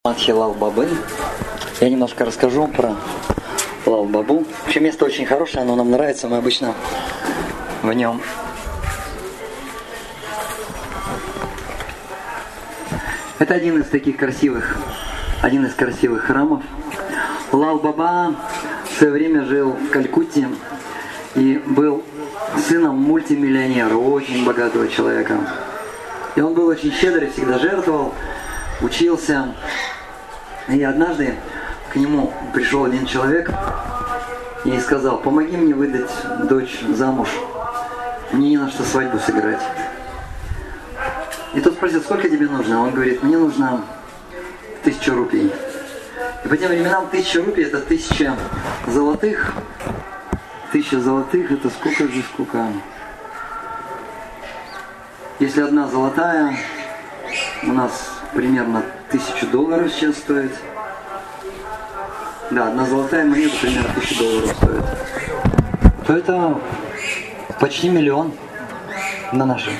Матхи Лал Бабы. Я немножко расскажу про Лал Бабу. Вообще место очень хорошее, оно нам нравится, мы обычно в нем. Это один из красивых храмов. Лал Баба в свое время жил в Калькутте и был сыном мультимиллионера, очень богатого человека. И он был очень щедрый, всегда жертвовал, учился. И однажды к нему пришел один человек и сказал: помоги мне выдать дочь замуж, мне не на что свадьбу сыграть. И тот спросил: сколько тебе нужно? Он говорит: мне нужно 1000 рупий. И по тем временам 1000 рупий это 1000 золотых. 1000 золотых это сколько? Если одна золотая у нас примерно $1000 сейчас стоит. Да, одна золотая монета примерно $1000 стоит. То это почти миллион на наши.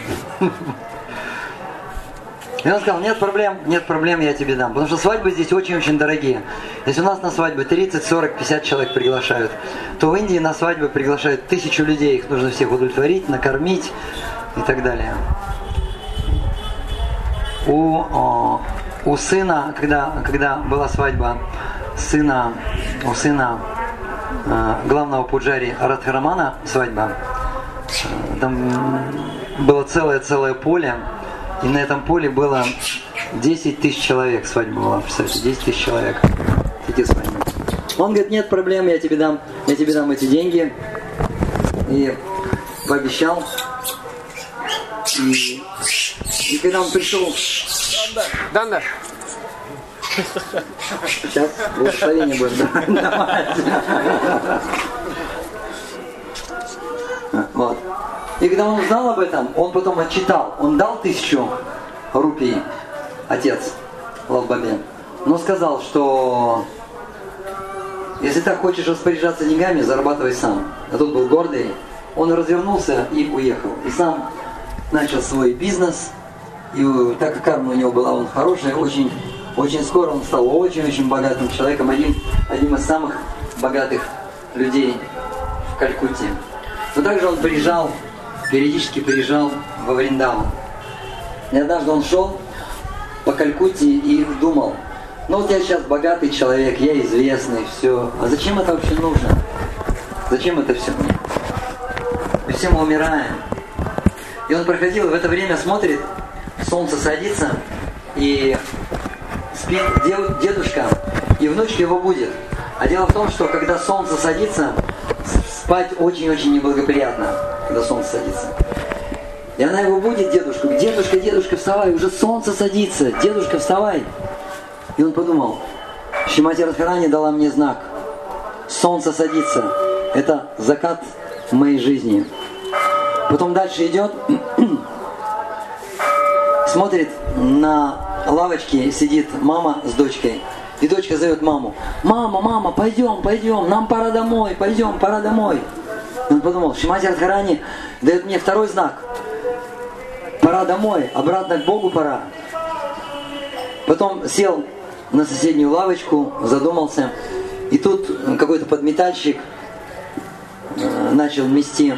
И он сказал: нет проблем, я тебе дам. Потому что свадьбы здесь очень-очень дорогие. Если у нас на свадьбы 30, 40, 50 человек приглашают, то в Индии на свадьбы приглашают 1000 людей. Их нужно всех удовлетворить, накормить и так далее. У сына, когда была свадьба у сына главного пуджари Радхарамана, свадьба, там было целое поле, и на этом поле было 10 000 человек, свадьба была, представьте, 10 000 человек. Он говорит: нет проблем, я тебе дам эти деньги. И пообещал. И когда он пришел... Данда. Сейчас благословение будем давать. Вот. И когда он узнал об этом, он потом отчитал. Он дал 1000 рупий, отец Лал Бабе, но сказал, что если так хочешь распоряжаться деньгами, зарабатывай сам. А тут был гордый. Он развернулся и уехал. И сам начал свой бизнес. И так как карма у него была, он хороший, очень скоро он стал очень богатым человеком, одним из самых богатых людей в Калькутте. Но также он периодически приезжал во Вриндаван. И однажды он шел по Калькутте и думал: ну вот я сейчас богатый человек, я известный, все. А зачем это вообще нужно? Зачем это все мне? И все мы умираем. И он проходил, и в это время смотрит, солнце садится, и спит дедушка, и внучка его будет. А дело в том, что когда солнце садится, спать очень неблагоприятно, когда солнце садится. И она его будет, дедушку: дедушка, вставай, уже солнце садится, дедушка, вставай. И он подумал: Шримати Радхарани дала мне знак. Солнце садится. Это закат моей жизни. Потом дальше идет, смотрит, на лавочке сидит мама с дочкой. И дочка зовет маму: мама, пойдем, нам пора домой, пора домой. И он подумал: Шримати Радхарани дает мне второй знак. Пора домой, обратно к Богу пора. Потом сел на соседнюю лавочку, задумался. И тут какой-то подметальщик начал мести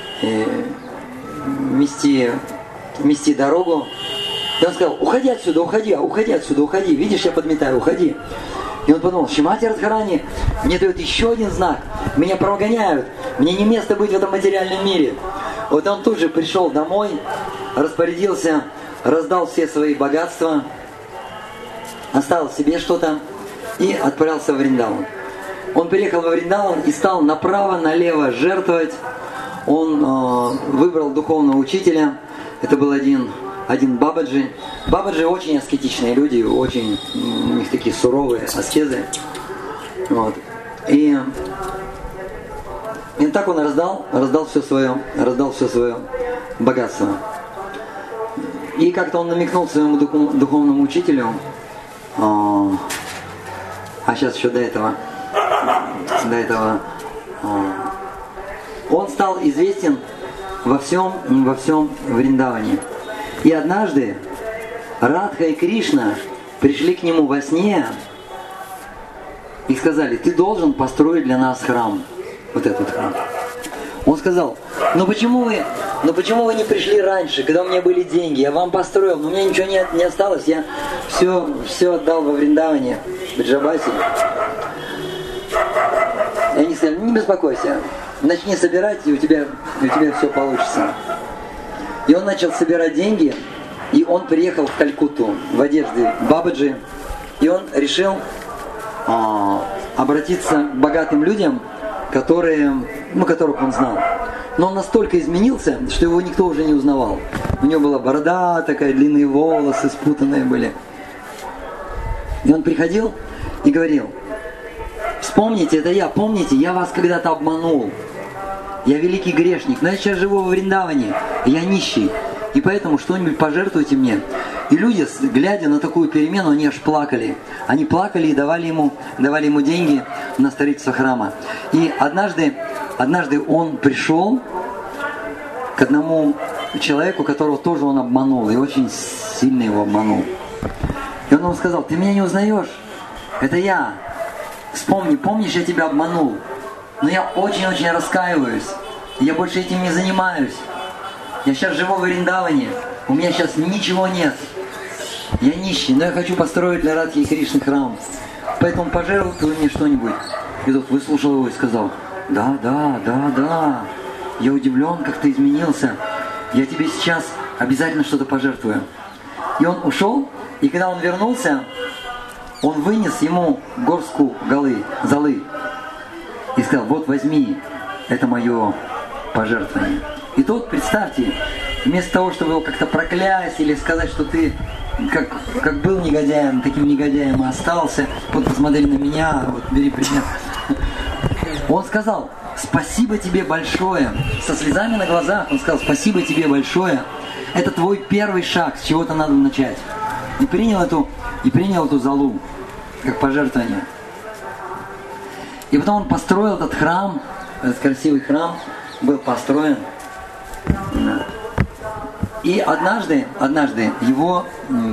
дорогу. И он сказал: уходи отсюда, видишь, я подметаю, уходи. И он подумал: Шримати Радхарани мне дает еще один знак, меня прогоняют, мне не место быть в этом материальном мире. Вот он тут же пришел домой, распорядился, раздал все свои богатства, оставил себе что-то и отправился в Вриндаван. Он приехал во Вриндаван и стал направо-налево жертвовать. Он выбрал духовного учителя. Это был один Бабаджи. Бабаджи очень аскетичные люди, очень у них такие суровые аскезы. Вот. И так он раздал все свое богатство. И как-то он намекнул своему духовному учителю, а сейчас еще до этого, он стал известен во всем Вриндаване. И однажды Радха и Кришна пришли к нему во сне и сказали: ты должен построить для нас храм, вот этот храм. Он сказал: ну почему вы не пришли раньше, когда у меня были деньги, я вам построил, но у меня ничего не осталось, я все отдал во Вриндаване, в Бриджабасе. И они сказали: не беспокойся, начни собирать, и у тебя все получится. И он начал собирать деньги, и он приехал в Калькутту в одежде Бабаджи, и он решил обратиться к богатым людям, которых он знал. Но он настолько изменился, что его никто уже не узнавал. У него была борода такая, длинные волосы спутанные были. И он приходил и говорил: вспомните, это я, помните, я вас когда-то обманул. Я великий грешник, но я сейчас живу во Вриндаване, я нищий. И поэтому что-нибудь пожертвуйте мне. И люди, глядя на такую перемену, они аж плакали. Они плакали и давали ему деньги на строительство храма. И однажды он пришел к одному человеку, которого тоже он обманул, и очень сильно его обманул. И он ему сказал: ты меня не узнаешь? Это я. Вспомни, помнишь, я тебя обманул? Но я очень-очень раскаиваюсь. Я больше этим не занимаюсь. Я сейчас живу в Вриндаване. У меня сейчас ничего нет. Я нищий, но я хочу построить для Радхи и Кришны храм. Поэтому пожертвуй мне что-нибудь. И тот выслушал его и сказал: да. Я удивлен, как ты изменился. Я тебе сейчас обязательно что-то пожертвую. И он ушел, и когда он вернулся, он вынес ему горстку золы. И сказал: вот возьми, это мое пожертвование. И тот, представьте, вместо того, чтобы его как-то проклясть или сказать, что ты как был негодяем, таким негодяем и остался, вот посмотри на меня, вот бери пример. Он сказал: спасибо тебе большое. Со слезами на глазах он сказал: спасибо тебе большое. Это твой первый шаг, с чего-то надо начать. И принял эту золу как пожертвование. И потом он построил этот храм, этот красивый храм был построен. И однажды его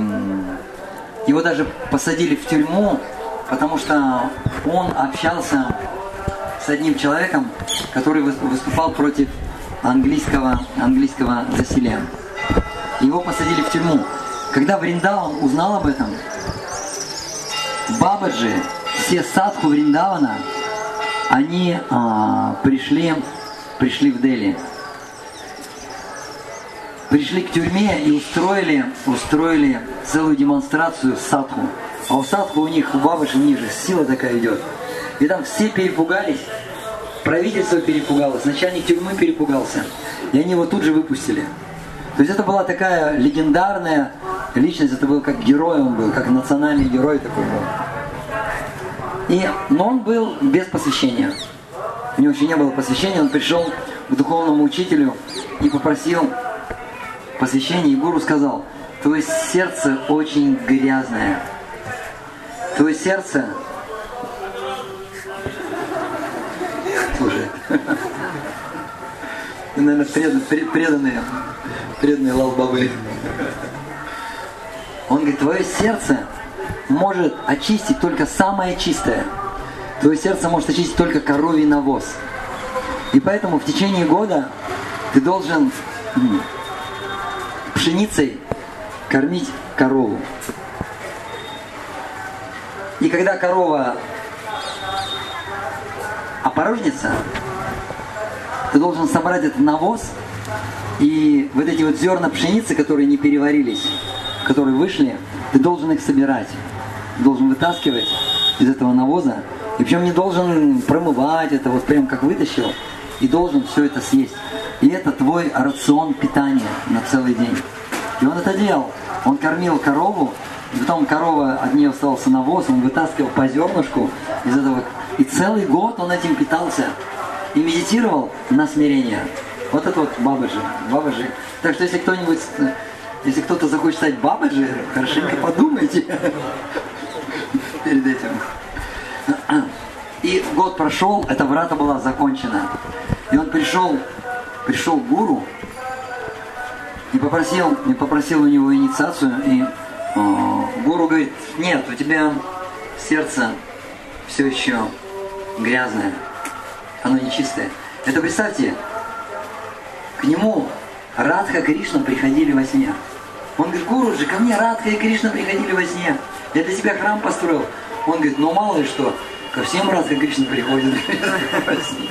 даже посадили в тюрьму, потому что он общался с одним человеком, который выступал против английского засилия. Его посадили в тюрьму. Когда Вриндаван узнал об этом, Бабаджи, все садху Вриндавана, они пришли в Дели. Пришли к тюрьме и устроили целую демонстрацию садху. А у садху у Бабаджи ниже сила такая идет. И там все перепугались. Правительство перепугалось, начальник тюрьмы перепугался. И они его тут же выпустили. То есть это была такая легендарная личность, это был как герой он был, как национальный герой такой был. Но он был без посвящения. У него еще не было посвящения, он пришел к духовному учителю и попросил посвящения, и гуру сказал: твое сердце очень грязное. Твое сердце... Слушай, ты, наверное, преданные Лал-Бабы. Он говорит: твое сердце может очистить только самое чистое. Твое сердце может очистить только коровий навоз. И поэтому в течение года ты должен пшеницей кормить корову. И когда корова опорожнится, ты должен собрать этот навоз, и вот эти вот зерна пшеницы, которые не переварились, которые вышли, ты должен их собирать. Ты должен вытаскивать из этого навоза. И причем не должен промывать это, вот прям как вытащил, и должен все это съесть. И это твой рацион питания на целый день. И он это делал. Он кормил корову, и потом корова, от нее остался навоз, он вытаскивал по зернышку из этого. И целый год он этим питался. И медитировал на смирение. Вот это вот Бабаджи. Так что если кто-то захочет стать Бабаджи, хорошенько подумайте перед этим. И год прошел, эта врата была закончена. И он пришел к гуру и попросил у него инициацию. И гуру говорит, нет, у тебя сердце все еще грязное, оно нечистое. Это представьте, к нему Радха Кришна приходили во сне. Он говорит, Гуруджи, ко мне Радха и Кришна приходили во сне. Я для тебя храм построил. Он говорит, ну мало ли что, ко всем Радха Кришна приходит во сне.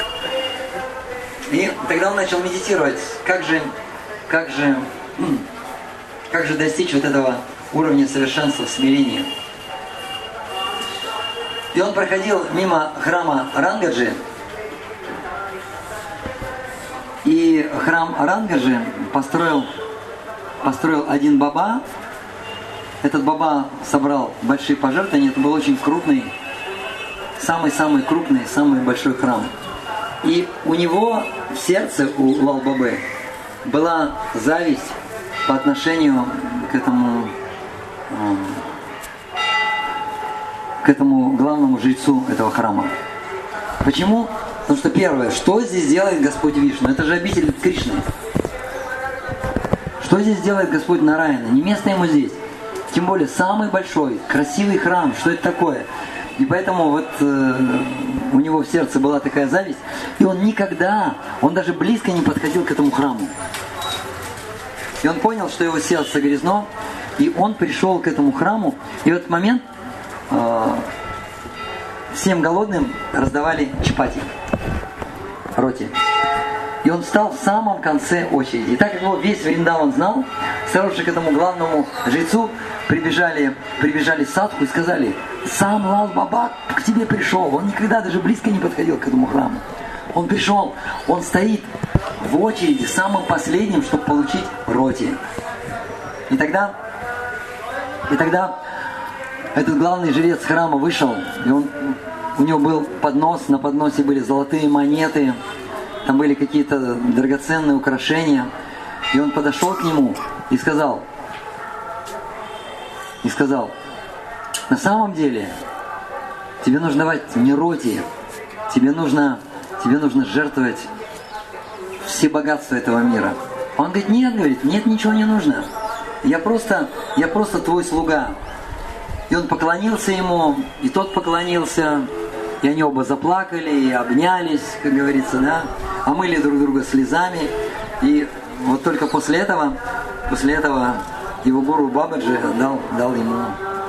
И тогда он начал медитировать, как же достичь вот этого уровня совершенства в смирении. И он проходил мимо храма Рангаджи, и храм Рангаджи построил один баба. Этот баба собрал большие пожертвования, это был очень крупный, самый-самый крупный, самый большой храм. И у него в сердце, у Лал-Бабы, была зависть по отношению к этому главному жрецу этого храма. Почему? Потому что первое, что здесь делает Господь Вишну? Это же обитель Кришны. Что здесь делает Господь Нараяна? Не место ему здесь. Тем более самый большой, красивый храм. Что это такое? И поэтому вот у него в сердце была такая зависть. И он даже близко не подходил к этому храму. И он понял, что его сердце грязно. И он пришел к этому храму. И в этот момент всем голодным раздавали чапати, роти. И он встал в самом конце очереди. И так как его весь Вриндаван знал, сразу же к этому главному жрецу прибежали садху и сказали, сам Лал-Баба к тебе пришел. Он никогда даже близко не подходил к этому храму. Он пришел, он стоит в очереди самым последним, чтобы получить роти. И тогда этот главный жрец храма вышел, и у него был поднос, на подносе были золотые монеты, там были какие-то драгоценные украшения. И он подошел к нему и сказал, на самом деле, тебе нужно давать не роти, тебе нужно жертвовать все богатства этого мира. Он говорит, нет, ничего не нужно. Я просто твой слуга. И он поклонился ему, и тот поклонился, и они оба заплакали, и обнялись, как говорится, да, омыли друг друга слезами. И вот только после этого его гуру Бабаджи дал ему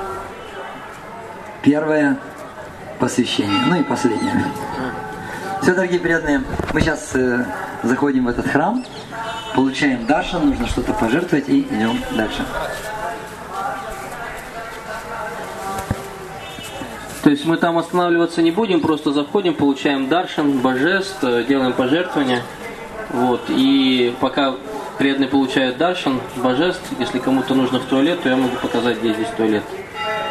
первое посвящение, ну и последнее. Все, дорогие преданные, мы сейчас заходим в этот храм, получаем даршан, нужно что-то пожертвовать и идем дальше. То есть мы там останавливаться не будем, просто заходим, получаем даршан, божеств, делаем пожертвования. Вот. И пока преданные получают даршан, божеств, если кому-то нужно в туалет, то я могу показать, где здесь туалет.